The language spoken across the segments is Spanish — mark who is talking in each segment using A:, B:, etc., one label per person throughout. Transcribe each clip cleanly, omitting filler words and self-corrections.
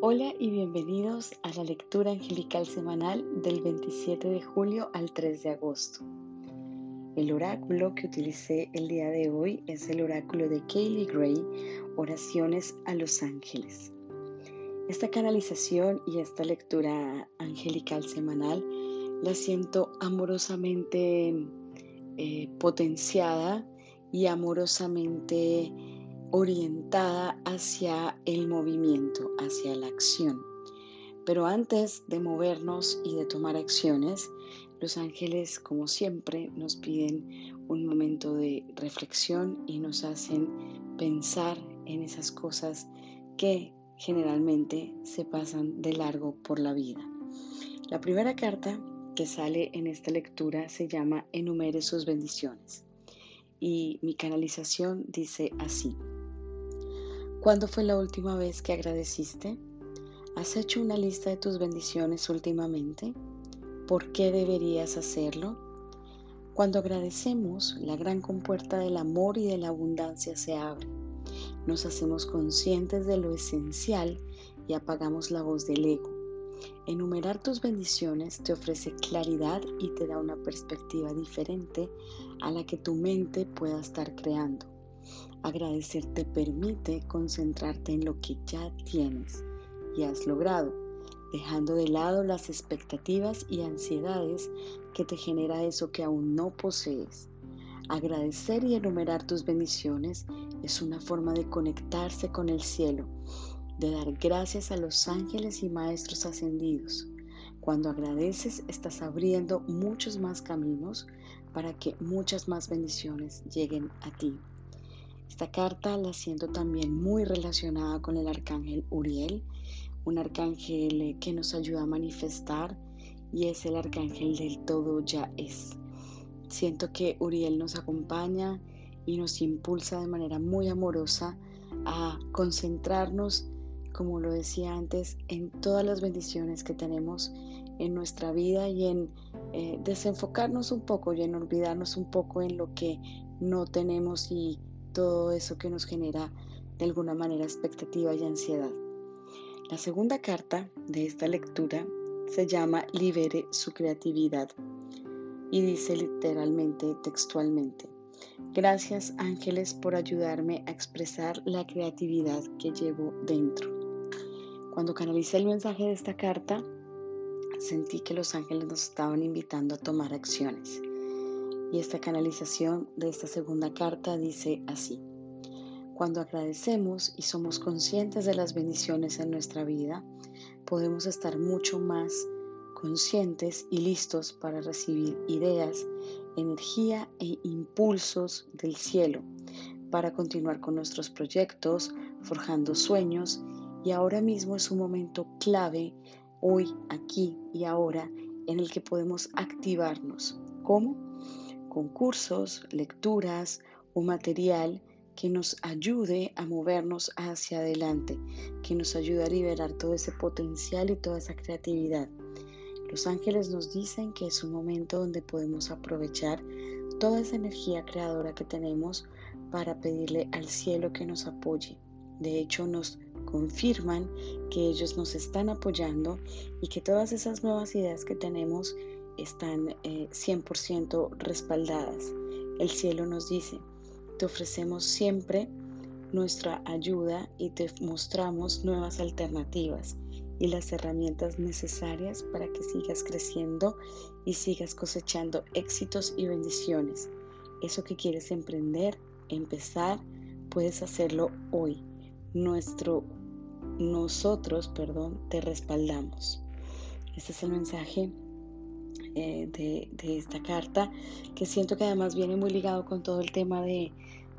A: Hola y bienvenidos a la lectura angelical semanal del 27 de julio al 3 de agosto. El oráculo que utilicé el día de hoy es el oráculo de Kaylee Gray, Oraciones a los Ángeles. Esta canalización y esta lectura angelical semanal la siento amorosamente potenciada y amorosamente orientada hacia el movimiento, hacia la acción. Pero antes de movernos y de tomar acciones, los ángeles, como siempre, nos piden un momento de reflexión y nos hacen pensar en esas cosas que generalmente se pasan de largo por la vida. La primera carta que sale en esta lectura se llama Enumere sus bendiciones. Y mi canalización dice así: ¿cuándo fue la última vez que agradeciste? ¿Has hecho una lista de tus bendiciones últimamente? ¿Por qué deberías hacerlo? Cuando agradecemos, la gran compuerta del amor y de la abundancia se abre. Nos hacemos conscientes de lo esencial y apagamos la voz del ego. Enumerar tus bendiciones te ofrece claridad y te da una perspectiva diferente a la que tu mente pueda estar creando. Agradecer te permite concentrarte en lo que ya tienes y has logrado, dejando de lado las expectativas y ansiedades que te genera eso que aún no posees. Agradecer y enumerar tus bendiciones es una forma de conectarse con el cielo, de dar gracias a los ángeles y maestros ascendidos. Cuando agradeces, estás abriendo muchos más caminos para que muchas más bendiciones lleguen a ti. Esta carta la siento también muy relacionada con el arcángel Uriel, un arcángel que nos ayuda a manifestar, y es el arcángel del todo ya es. Siento que Uriel nos acompaña y nos impulsa de manera muy amorosa a concentrarnos, como lo decía antes, en todas las bendiciones que tenemos en nuestra vida y en desenfocarnos un poco y en olvidarnos un poco en lo que no tenemos y todo eso que nos genera de alguna manera expectativa y ansiedad. La segunda carta de esta lectura se llama Libere su creatividad y dice literalmente, textualmente: gracias, ángeles, por ayudarme a expresar la creatividad que llevo dentro. Cuando canalicé el mensaje de esta carta, sentí que los ángeles nos estaban invitando a tomar acciones. Y esta canalización de esta segunda carta dice así: cuando agradecemos y somos conscientes de las bendiciones en nuestra vida, podemos estar mucho más conscientes y listos para recibir ideas, energía e impulsos del cielo, para continuar con nuestros proyectos, forjando sueños. Y ahora mismo es un momento clave, hoy, aquí y ahora, en el que podemos activarnos. ¿Cómo? Con cursos, lecturas o material que nos ayude a movernos hacia adelante, que nos ayude a liberar todo ese potencial y toda esa creatividad. Los ángeles nos dicen que es un momento donde podemos aprovechar toda esa energía creadora que tenemos para pedirle al cielo que nos apoye. De hecho, nos confirman que ellos nos están apoyando y que todas esas nuevas ideas que tenemos están 100% respaldadas. El cielo nos dice: te ofrecemos siempre nuestra ayuda y te mostramos nuevas alternativas y las herramientas necesarias para que sigas creciendo y sigas cosechando éxitos y bendiciones. Eso que quieres emprender, empezar, puedes hacerlo hoy. Nosotros, te respaldamos. Este es el mensaje de esta carta, que siento que además viene muy ligado con todo el tema de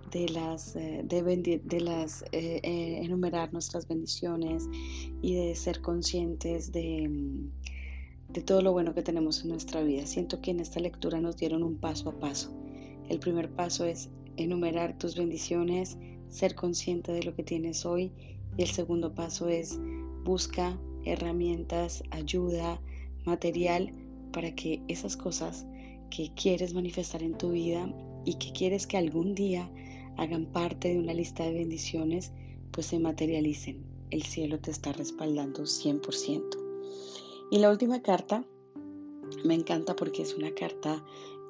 A: enumerar nuestras bendiciones y de ser conscientes de todo lo bueno que tenemos en nuestra vida. Siento que en esta lectura nos dieron un paso a paso. El primer paso es enumerar tus bendiciones, ser consciente de lo que tienes hoy, y el segundo paso es busca herramientas, ayuda, material para que esas cosas que quieres manifestar en tu vida y que quieres que algún día hagan parte de una lista de bendiciones, pues se materialicen. el cielo te está respaldando 100%. Y la última carta me encanta porque es una carta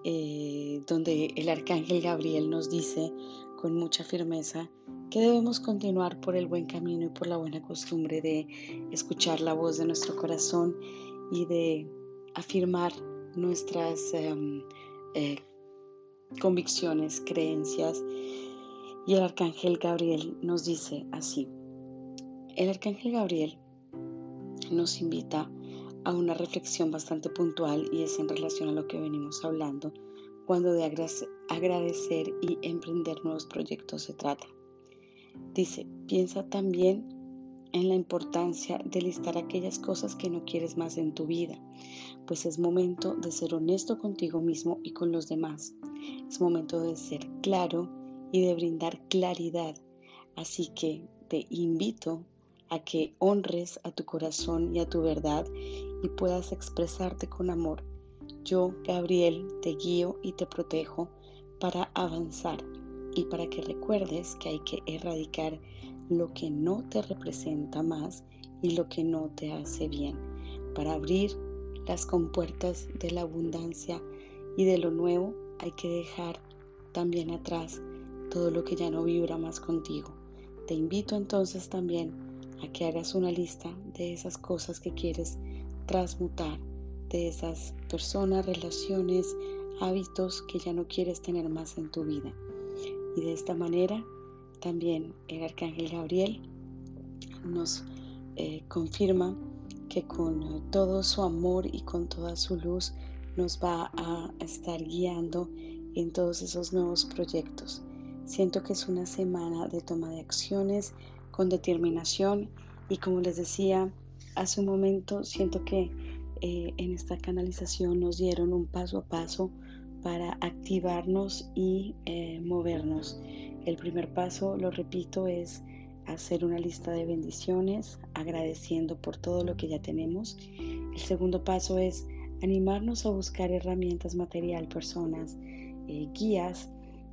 A: donde el arcángel Gabriel nos dice con mucha firmeza que debemos continuar por el buen camino y por la buena costumbre de escuchar la voz de nuestro corazón y de afirmar nuestras eh, convicciones, creencias. Y el arcángel Gabriel nos dice así: el arcángel Gabriel nos invita a una reflexión bastante puntual, y es en relación a lo que venimos hablando cuando de agradecer y emprender nuevos proyectos se trata. Dice: piensa también en la importancia de listar aquellas cosas que no quieres más en tu vida, pues es momento de ser honesto contigo mismo y con los demás. Es momento de ser claro y de brindar claridad. Así que te invito a que honres a tu corazón y a tu verdad y puedas expresarte con amor. Yo, Gabriel, te guío y te protejo para avanzar y para que recuerdes que hay que erradicar lo que no te representa más y lo que no te hace bien, para abrir las compuertas de la abundancia y de lo nuevo. Hay que dejar también atrás todo lo que ya no vibra más contigo. Te invito entonces también a que hagas una lista de esas cosas que quieres transmutar, de esas personas, relaciones, hábitos que ya no quieres tener más en tu vida. Y de esta manera también el arcángel Gabriel nos confirma que con todo su amor y con toda su luz nos va a estar guiando en todos esos nuevos proyectos. Siento que es una semana de toma de acciones con determinación, y como les decía hace un momento, siento que en esta canalización nos dieron un paso a paso para activarnos y movernos. El primer paso, lo repito, es hacer una lista de bendiciones, agradeciendo por todo lo que ya tenemos. El segundo paso es animarnos a buscar herramientas, material, personas, guías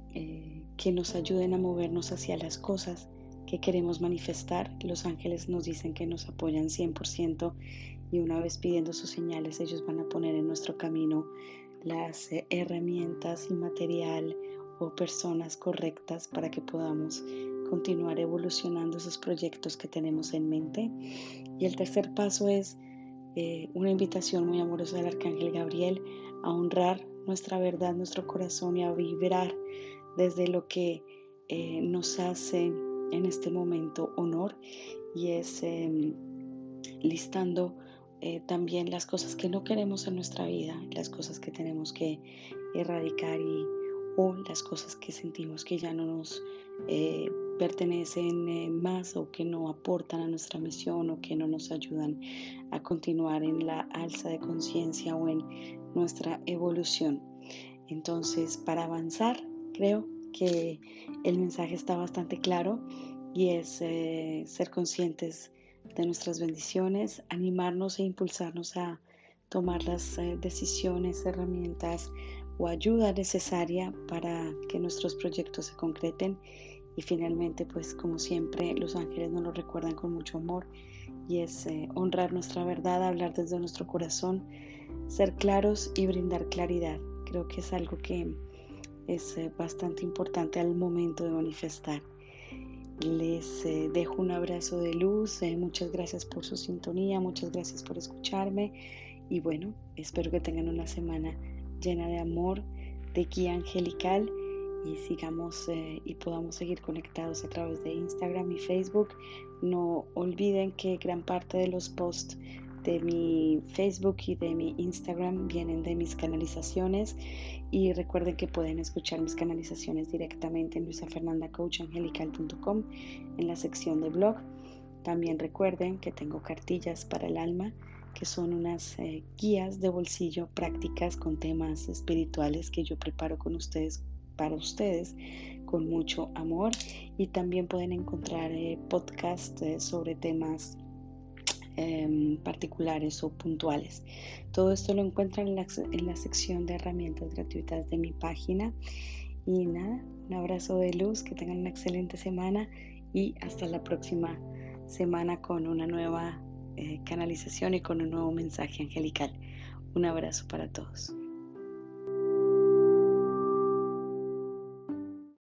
A: que nos ayuden a movernos hacia las cosas que queremos manifestar. Los ángeles nos dicen que nos apoyan 100%, y una vez pidiendo sus señales, ellos van a poner en nuestro camino las herramientas y material o personas correctas para que podamos continuar evolucionando esos proyectos que tenemos en mente. Y el tercer paso es una invitación muy amorosa del arcángel Gabriel a honrar nuestra verdad, nuestro corazón, y a vibrar desde lo que nos hace en este momento honor, y es listando también las cosas que no queremos en nuestra vida, las cosas que tenemos que erradicar o las cosas que sentimos que ya no nos pertenecen más, o que no aportan a nuestra misión, o que no nos ayudan a continuar en la alza de conciencia o en nuestra evolución. Entonces, para avanzar, creo que el mensaje está bastante claro, y es ser conscientes de nuestras bendiciones, animarnos e impulsarnos a tomar las decisiones, herramientas o ayuda necesaria para que nuestros proyectos se concreten. Y finalmente, pues como siempre, los ángeles nos lo recuerdan con mucho amor, y es honrar nuestra verdad, hablar desde nuestro corazón, ser claros y brindar claridad. Creo que es algo que es bastante importante al momento de manifestar. Les dejo un abrazo de luz. Muchas gracias por su sintonía, muchas gracias por escucharme, y bueno, espero que tengan una semana llena de amor, de guía angelical, y sigamos y podamos seguir conectados a través de Instagram y Facebook. No olviden que gran parte de los posts de mi Facebook y de mi Instagram vienen de mis canalizaciones, y recuerden que pueden escuchar mis canalizaciones directamente en luisafernandacoachangelical.com en la sección de blog. También recuerden que tengo cartillas para el alma, que son unas guías de bolsillo prácticas con temas espirituales que yo preparo con ustedes, para ustedes, con mucho amor. Y también pueden encontrar podcasts sobre temas particulares o puntuales. Todo esto lo encuentran en la sección de herramientas gratuitas de mi página. Y nada, un abrazo de luz, que tengan una excelente semana, y hasta la próxima semana con una nueva canalización y con un nuevo mensaje angelical. Un abrazo para todos.